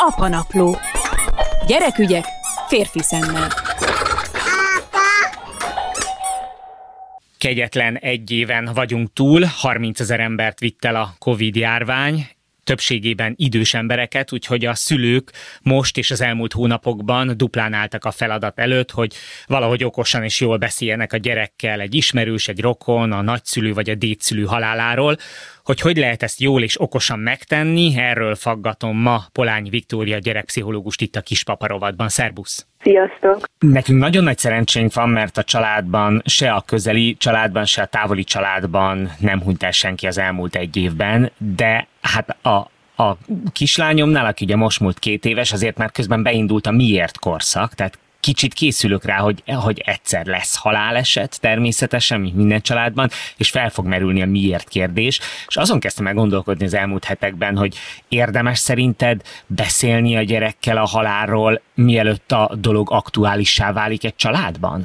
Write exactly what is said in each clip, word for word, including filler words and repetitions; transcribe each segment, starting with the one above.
Apanapló. Gyerekügyek férfi szemmel. Kegyetlen egy éven vagyunk túl, harmincezer embert vitt el a Covid-járvány, többségében idős embereket, úgyhogy a szülők most és az elmúlt hónapokban duplán álltak a feladat előtt, hogy valahogy okosan és jól beszéljenek a gyerekkel egy ismerős, egy rokon, a nagyszülő vagy a dédszülő haláláról. Hogy hogy lehet ezt jól és okosan megtenni, erről faggatom ma Polány Viktória gyerekpszichológust itt a Kispapa rovatban. Szerbusz! Sziasztok! Nekünk nagyon nagy szerencsénk van, mert a családban, se a közeli családban, se a távoli családban nem hunyt el senki az elmúlt egy évben, de hát a A kislányomnál, aki ugye most múlt két éves, azért már közben beindult a miért korszak, tehát kicsit készülök rá, hogy, hogy egyszer lesz haláleset természetesen, mint minden családban, és fel fog merülni a miért kérdés, és azon kezdtem el gondolkodni az elmúlt hetekben, hogy érdemes szerinted beszélni a gyerekkel a halálról, mielőtt a dolog aktuálissá válik egy családban?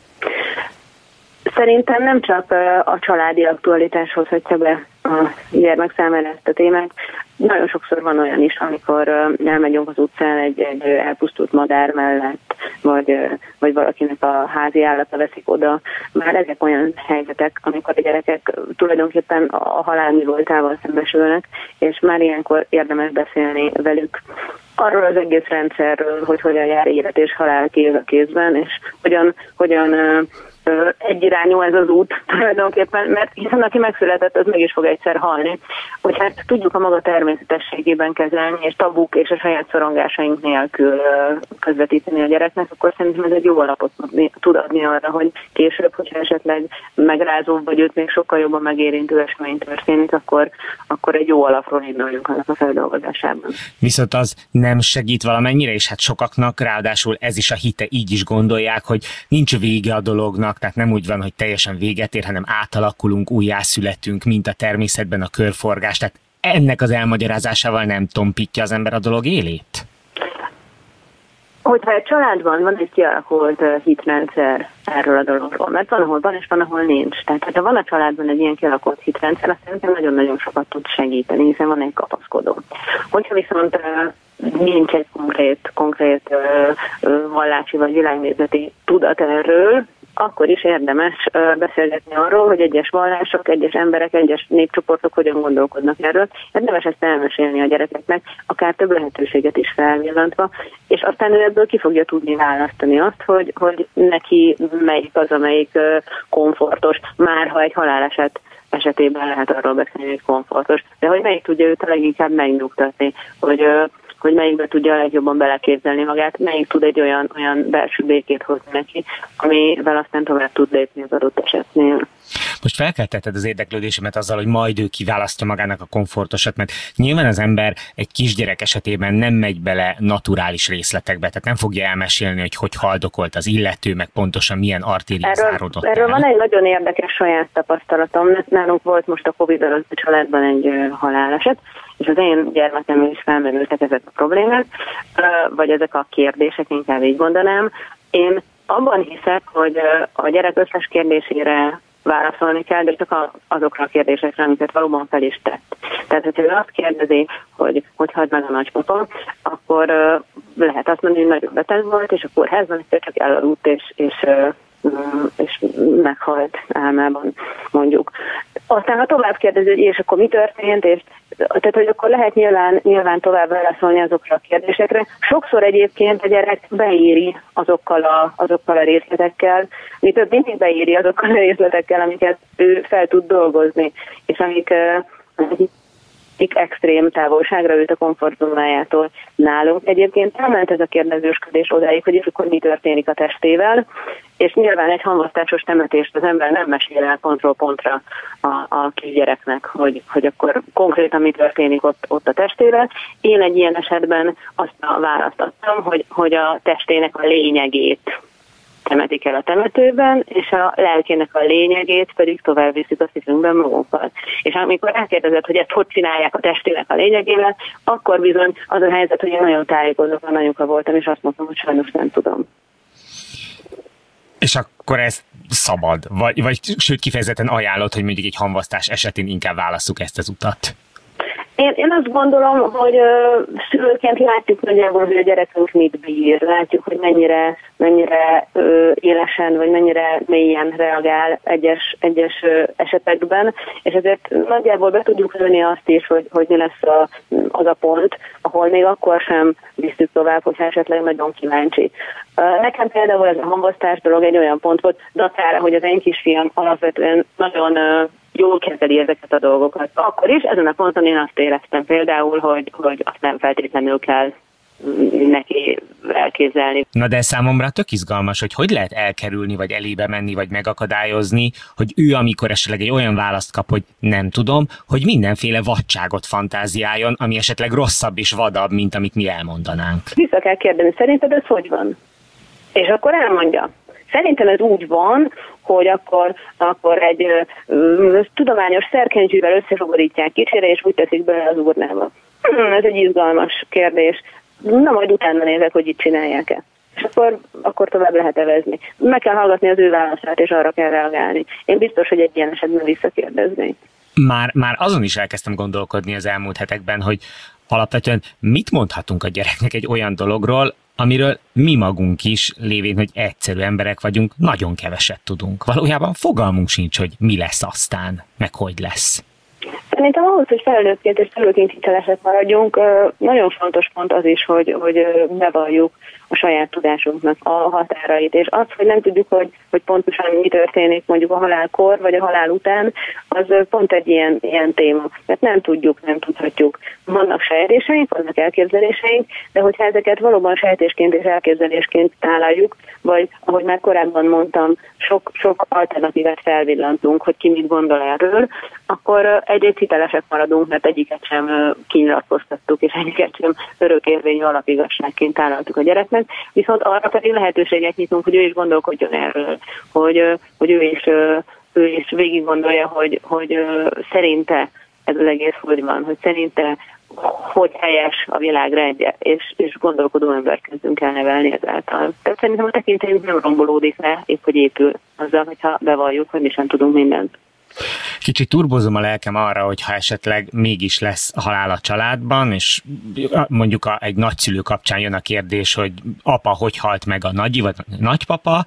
Szerintem nem csak a családi aktualitás hozhatja be a gyermek számára ezt a témát. Nagyon sokszor van olyan is, amikor elmegyünk az utcán egy, egy elpusztult madár mellett, vagy, vagy valakinek a házi állata veszik oda. Már ezek olyan helyzetek, amikor a gyerekek tulajdonképpen a halál mi voltával szembesülnek, és már ilyenkor érdemes beszélni velük arról az egész rendszerről, hogy hogyan jár élet és halál kéz a kézben, és hogyan, hogyan egyirányú ez az út tulajdonképpen, mert hiszen aki megszületett, az meg is fog egyszer halni. Hogy hát tudjuk a maga természetességében kezelni, és tabuk és a saját szorongásaink nélkül közvetíteni a gyereknek, akkor szerintem ez egy jó alapot tud adni arra, hogy később, hogyha esetleg megrázóbb, vagy őt még sokkal jobban megérintő esemény történik, akkor, akkor egy jó alapról induljunk annak a feldolgozásában. Viszont az nem segít valamennyire, és hát sokaknak ráadásul ez is a hite, így is gondolják, hogy nincs vége a dolognak, tehát nem úgy van, hogy teljesen véget ér, hanem átalakulunk, újjászületünk, mint a természetben a körforgás. Tehát ennek az elmagyarázásával nem tompítja az ember a dolog élét? Hogyha egy családban van egy kialakult hitrendszer erről a dologról, mert van, ahol van, és van, ahol nincs. Tehát, ha van a családban egy ilyen kialakult hitrendszer, azt szerintem nagyon-nagyon sokat tud segíteni, hiszen van egy kapaszkodó. Hogyha viszont nincs egy konkrét, konkrét vallási vagy világnézeti tudat erről, akkor is érdemes beszélgetni arról, hogy egyes vallások, egyes emberek, egyes népcsoportok hogyan gondolkodnak erről. Érdemes ezt elmesélni a gyerekeknek, akár több lehetőséget is felvillantva, és aztán ő ebből ki fogja tudni választani azt, hogy, hogy neki melyik az, amelyik komfortos, már ha egy haláleset esetében lehet arról beszélni, hogy komfortos, de hogy melyik tudja őt a leginkább megnyugtatni, hogy hogy melyikbe tudja a legjobban beleképzelni magát, melyik tud egy olyan, olyan belső békét hozni neki, amivel aztán tovább tud lépni az adott esetnél. Most felkeltetted az érdeklődésemet azzal, hogy majd ő kiválasztja magának a komfortosat, mert nyilván az ember egy kisgyerek esetében nem megy bele naturális részletekbe, tehát nem fogja elmesélni, hogy hogy haldokolt az illető, meg pontosan milyen artéria záródott el. Erről van egy nagyon érdekes saját tapasztalatom. Nálunk volt most a Covid alatt a családban egy haláleset, és az én gyermekemről is felmerültek ezek a problémák, vagy ezek a kérdések, inkább így mondanám. Én abban hiszek, hogy a gyerek összes kérdésére válaszolni kell, de csak azokra a kérdésekre, amiket valóban fel is tett. Tehát, hogyha ő azt kérdezi, hogy hogy halt meg a nagypapa, akkor uh, lehet azt mondani, hogy nagyon beteg volt, és a kórházban csak elaludt, és, és, uh, és meghalt álmában, mondjuk. Aztán, ha tovább kérdezi, hogy és akkor mi történt, és tehát, hogy akkor lehet nyilván, nyilván tovább válaszolni azokra a kérdésekre. Sokszor egyébként a gyerek beíri azokkal a, azokkal a részletekkel, mi több mindig beíri azokkal a részletekkel, amiket ő fel tud dolgozni, és amik, amik extrém távolságra őt a komfortzónájától. Nálunk egyébként elment ez a kérdezősködés odáig, hogy akkor mi történik a testével, és nyilván egy hamvasztásos temetést az ember nem mesél el pontról pontra a, a kisgyereknek, hogy, hogy akkor konkrétan mi történik ott, ott a testével. Én egy ilyen esetben azt a választ adtam, hogy, hogy a testének a lényegét temetik el a temetőben, és a lelkének a lényegét pedig tovább viszik a szívünkben magunkkal. És amikor elkérdezett, hogy ezt hogy csinálják a testének a lényegével, akkor bizony az a helyzet, hogy én nagyon tájékozóan anyuka voltam, és azt mondtam, hogy sajnos nem tudom. És akkor ez szabad, vagy, vagy sőt kifejezetten ajánlott, hogy mondjuk egy hamvasztás esetén inkább válasszuk ezt az utat? Én, én azt gondolom, hogy ö, szülőként látjuk nagyjából, hogy a gyerekünk mit bír, látjuk, hogy mennyire, mennyire ö, élesen, vagy mennyire mélyen reagál egyes, egyes ö, esetekben, és ezért nagyjából be tudjuk lőni azt is, hogy, hogy mi lesz a, az a pont, ahol még akkor sem visszük tovább, hogyha esetleg nagyon kíváncsi. Nekem például ez a hamvasztás dolog egy olyan pont volt, datára, hogy az én kisfiam alapvetően nagyon ö, jól kezeli ezeket a dolgokat. Akkor is ezen a ponton én azt éreztem például, hogy, hogy azt nem feltétlenül kell neki elképzelni. Na de számomra tök izgalmas, hogy hogy lehet elkerülni, vagy elébe menni, vagy megakadályozni, hogy ő, amikor esetleg egy olyan választ kap, hogy nem tudom, hogy mindenféle vadságot fantáziáljon, ami esetleg rosszabb és vadabb, mint amit mi elmondanánk. Vissza kell kérdeni, szerinted ez hogy van? És akkor elmondja. Szerintem ez úgy van, hogy akkor, akkor egy ö, tudományos szerkentyűvel összefogorítják kicsire, és úgy teszik bele az urnába. Hm, ez egy izgalmas kérdés. Na, majd utána nézek, hogy itt csinálják-e. És akkor, akkor tovább lehet evezni. Meg kell hallgatni az ő válaszát, és arra kell reagálni. Én biztos, hogy egy ilyen esetben visszakérdeznék. Már, már azon is elkezdtem gondolkodni az elmúlt hetekben, hogy alapvetően mit mondhatunk a gyereknek egy olyan dologról, amiről mi magunk is, lévén, hogy egyszerű emberek vagyunk, nagyon keveset tudunk. Valójában fogalmunk sincs, hogy mi lesz aztán, meg hogy lesz. Szerintem ahhoz, hogy felnőttként és szülőként hitelesek maradjunk, nagyon fontos pont az is, hogy, hogy bevalljuk a saját tudásunknak a határait, és az, hogy nem tudjuk, hogy, hogy pontosan mi történik mondjuk a halálkor, vagy a halál után, az pont egy ilyen, ilyen téma. Mert nem tudjuk, nem tudhatjuk. Vannak sejtéseink, vannak elképzeléseink, de hogyha ezeket valóban sejtésként és elképzelésként tálaljuk, vagy ahogy már korábban mondtam, sok, sok alternatívát felvillantunk, hogy ki mit gondol erről, akkor egyrészt hitelesek maradunk, mert egyiket sem kinyilatkoztattuk, és egyiket sem örökérvényű alapigazságként tálaltuk a gyereknek, viszont arra pedig lehetőséget nyitunk, hogy ő is gondolkodjon erről, hogy, hogy ő is, ő is végig gondolja, hogy, hogy szerinte ez az egész hogy van, hogy szerinte hogy helyes a világra egy, és, és gondolkodó embert kezdünk el nevelni ezáltal. Tehát szerintem a tekintélyünk nem rombolódik le, épp hogy épül azzal, hogyha bevalljuk, hogy mi sem tudunk mindent. Kicsit turbozom a lelkem arra, hogy ha esetleg mégis lesz halál a családban, és mondjuk a, egy nagyszülő kapcsán jön a kérdés, hogy apa, hogy halt meg a nagyi, vagy a nagypapa,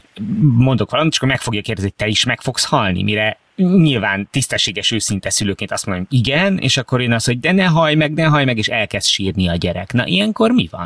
mondok valamit, és akkor meg fogja kérdezni, hogy te is meg fogsz halni, mire nyilván tisztességes, őszinte szülőként azt mondom, hogy igen, és akkor én azt, hogy de ne hajj meg, ne hajj meg, és elkezd sírni a gyerek. Na, ilyenkor mi van?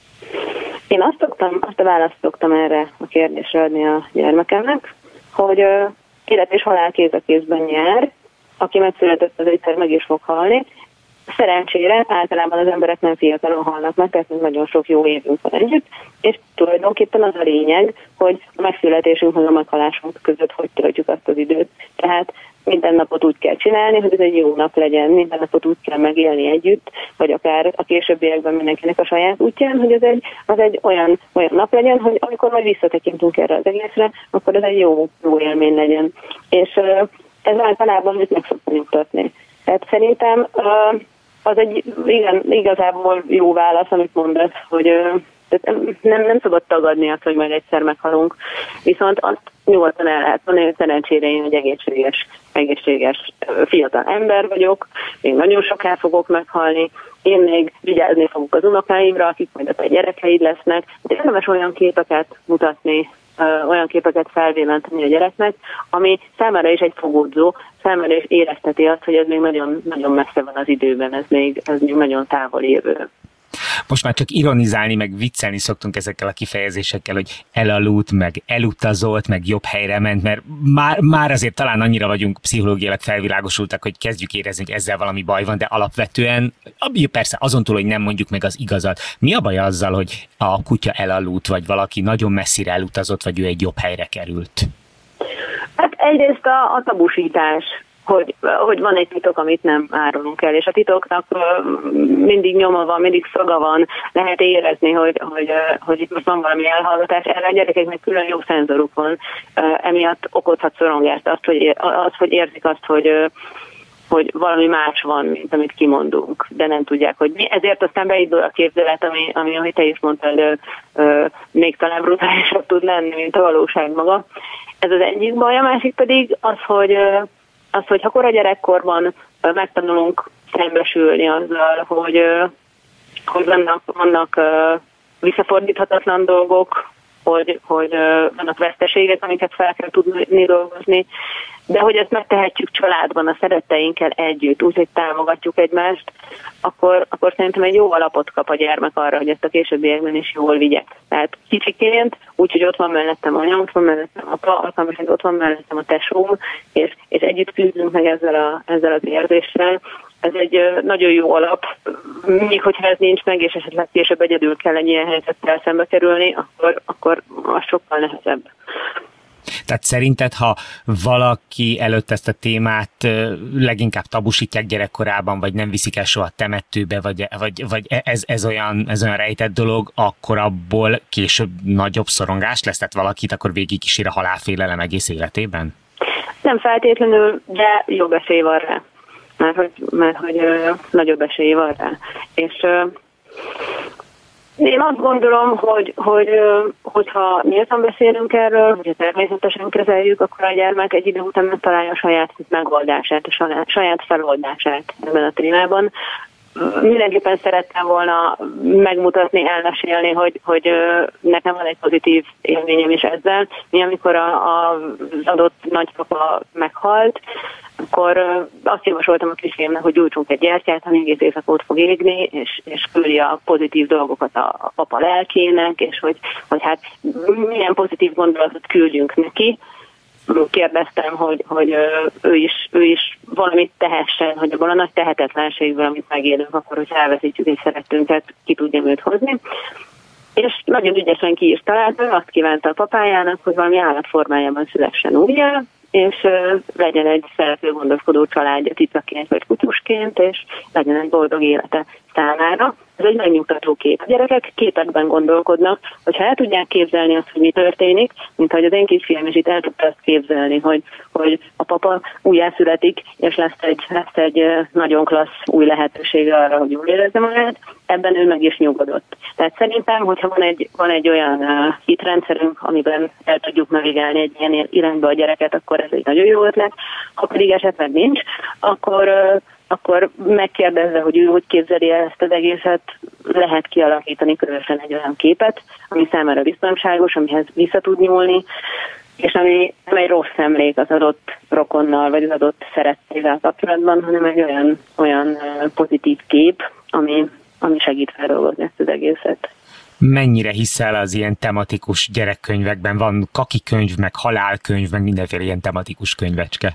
Én azt szoktam, azt a választ szoktam erre a kérdésre adni a gyermekemnek, hogy élet és halál kéz a kézben jár, aki megszületett, az egyszer meg is fog halni. Szerencsére általában az emberek nem fiatalon halnak meg, tehát nagyon sok jó évünk van együtt, és tulajdonképpen az a lényeg, hogy a megszületésünk meg a meghalásunk között hogy töltjük azt az időt. Tehát minden napot úgy kell csinálni, hogy ez egy jó nap legyen, minden napot úgy kell megélni együtt, vagy akár a későbbiekben mindenkinek a saját útján, hogy ez egy, az egy olyan, olyan nap legyen, hogy amikor majd visszatekintünk erre az egészre, akkor ez egy jó, jó élmény legyen. És ez általában őt meg szokta nyugtatni. Tehát szerintem az egy igen, igazából jó válasz, amit mondasz, hogy nem, nem szabad tagadni azt, hogy majd egyszer meghalunk, viszont azt nyugodtan el lehet mondani, hogy szerencsére én egy egészséges, egészséges fiatal ember vagyok, még nagyon soká fogok meghalni, én még vigyázni fogok az unokáimra, akik majd a gyerekeid lesznek, de érdemes olyan képeket mutatni, olyan képeket felvillantani a gyereknek, ami számára is egy fogódzó, számára is érezteti azt, hogy ez még nagyon, nagyon messze van az időben, ez még, ez még nagyon távoli jövő. Most már csak ironizálni, meg viccelni szoktunk ezekkel a kifejezésekkel, hogy elaludt, meg elutazolt, meg jobb helyre ment, mert már, már azért talán annyira vagyunk pszichológiailag felvilágosultak, hogy kezdjük érezni, hogy ezzel valami baj van, de alapvetően, persze azon túl, hogy nem mondjuk meg az igazat. Mi a baj azzal, hogy a kutya elaludt, vagy valaki nagyon messzire elutazott, vagy ő egy jobb helyre került? Hát egyrészt a, a tabusítás. Hogy, hogy van egy titok, amit nem árulunk el, és a titoknak mindig nyoma van, mindig szaga van, lehet érezni, hogy, hogy, hogy itt most van valami elhallgatás, erre a gyerekeknek külön jó szenzoruk van, emiatt okozhat szorongást azt, hogy, az, hogy érzik azt, hogy, hogy valami más van, mint amit kimondunk, de nem tudják, hogy mi. Ezért aztán beindul a képzelet, ami, ami ahogy te is mondtad, még talán brutálisabb tud lenni, mint a valóság maga. Ez az egyik baj, a másik pedig az, hogy az, hogy ha kora gyerekkorban megtanulunk szembesülni azzal, hogy, hogy vannak, vannak visszafordíthatatlan dolgok, hogy, hogy vannak veszteségek, amiket fel kell tudni dolgozni, de hogy ezt megtehetjük családban, a szeretteinkkel együtt, úgyhogy támogatjuk egymást, akkor, akkor szerintem egy jó alapot kap a gyermek arra, hogy ezt a későbbiekben is jól vigyek. Tehát kicsiként, úgyhogy ott van mellettem anya, ott van mellettem apa, alkalmasint ott van mellettem a tesóm, és, és együtt küzdünk meg ezzel, a, ezzel az érzéssel. Ez egy nagyon jó alap, még hogyha ez nincs meg, és esetleg később egyedül kell egy ilyen helyzettel szembe kerülni, akkor, akkor az sokkal nehezebb. Tehát szerinted, ha valaki előtt ezt a témát leginkább tabusítják gyerekkorában, vagy nem viszik el soha temetőbe, vagy, vagy, vagy ez, ez, olyan, ez olyan rejtett dolog, akkor abból később nagyobb szorongás lesz? Tehát valakit akkor végig kísér a halálfélelem egész életében? Nem feltétlenül, de jobb esély van rá. Mert hogy, mert hogy ö, nagyobb esély van rá. És ö, én azt gondolom, hogy, hogy ö, hogyha nyíltan beszélünk erről, hogyha természetesen kezeljük, akkor a gyermek egy idő után megtalálja a saját megoldását, a saját feloldását ebben a témában. Mindenképpen szerettem volna megmutatni, elmesélni, hogy, hogy nekem van egy pozitív élményem is ezzel. Mi amikor a, a, az adott nagypapa meghalt, akkor azt javasoltam a kisfiamnak, hogy gyújtsunk egy gyertyát, ami egész éjszaka ott fog égni, és, és küldi a pozitív dolgokat a, a papa lelkének, és hogy, hogy hát milyen pozitív gondolatot küldjünk neki. Kérdeztem, hogy, hogy ő, is, ő is valamit tehessen, hogy abban a nagy tehetetlenségből, amit megélünk, akkor, hogy elveszítjük egy szeretünket, ki tudjam őt hozni. És nagyon ügyesen ki is találta, azt kívánta a papájának, hogy valami állatformájában szülessen újjá, és uh, legyen egy szerető, gondoskodó családja cicaként vagy kutyusként, és legyen egy boldog élete számára. Ez egy megnyugtató kép. A gyerekek képekben gondolkodnak, hogyha el tudják képzelni azt, hogy mi történik, mint ahogy az én kisfiam is itt el tudta azt képzelni, hogy, hogy a papa újjászületik, és lesz egy, lesz egy nagyon klassz új lehetősége arra, hogy jól érezze magát, ebben ő meg is nyugodott. Tehát szerintem, hogyha van egy, van egy olyan uh, hitrendszerünk, amiben el tudjuk navigálni egy ilyen irányba a gyereket, akkor ez egy nagyon jó ötlet. Ha pedig esetleg nincs, akkor uh, akkor megkérdezze, hogy ő hogy képzeli el ezt az egészet, lehet kialakítani közösen egy olyan képet, ami számára biztonságos, amihez vissza tud nyúlni, és ami nem egy rossz emlék az adott rokonnal, vagy az adott szerettével kapcsolatban, hanem egy olyan, olyan pozitív kép, ami, ami segít feldolgozni ezt az egészet. Mennyire hiszel az ilyen tematikus gyerekkönyvekben? Van kakikönyv, meg halálkönyv, meg mindenféle ilyen tematikus könyvecske.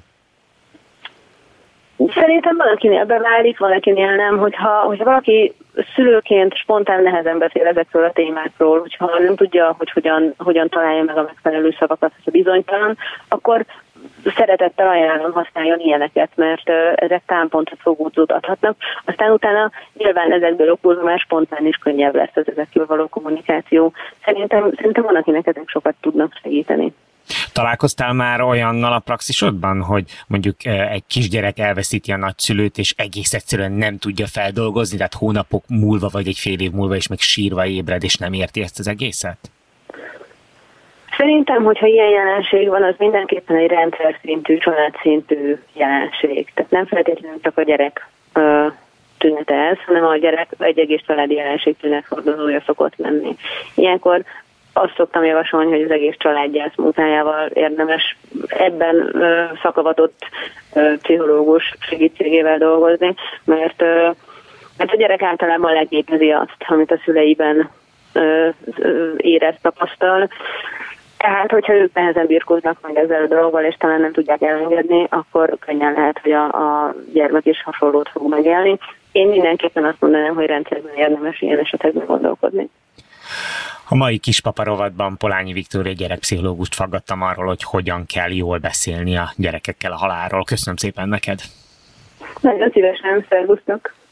Szerintem valakinél beválik, valakinél nem, hogyha, hogyha valaki szülőként spontán nehezen beszél ezekről a témákról, hogyha nem tudja, hogy hogyan, hogyan találja meg a megfelelő szavakat, hogyha bizonytalan, akkor szeretettel ajánlom, használjon ilyeneket, mert ezek támpontot fogódzót adhatnak. Aztán utána nyilván ezekből okulva már spontán is könnyebb lesz az ezekről való kommunikáció. Szerintem, szerintem van, akinek ezek sokat tudnak segíteni. Találkoztál már olyannal a praxisodban, hogy mondjuk egy kisgyerek elveszíti a nagyszülőt, és egész egyszerűen nem tudja feldolgozni, tehát hónapok múlva, vagy egy fél év múlva is meg sírva ébred, és nem érti ezt az egészet? Szerintem, hogyha ilyen jelenség van, az mindenképpen egy rendszer szintű, család szintű jelenség. Tehát nem feltétlenül csak a gyerek ö, tünete ez, hanem a gyerek egy egész családi jelenség tünetfordulója szokott lenni. Ilyenkor azt szoktam javasolni, hogy az egész családgyász munkájával érdemes ebben ö, szakavatott ö, pszichológus segítségével dolgozni, mert, ö, mert a gyerek általában leképezi azt, amit a szüleiben ö, ö, érez, tapasztal. Tehát, hogyha ők nehezen birkóznak meg ezzel a dologgal, és talán nem tudják elengedni, akkor könnyen lehet, hogy a, a gyermek is hasonlót fog megélni. Én mindenképpen azt mondanám, hogy rendszerben érdemes ilyen esetekben gondolkodni. A mai Kispapa rovatban Polányi Viktória gyerekpszichológust faggattam arról, hogy hogyan kell jól beszélni a gyerekekkel a halálról. Köszönöm szépen neked! Nagyon szívesen, szervusztok!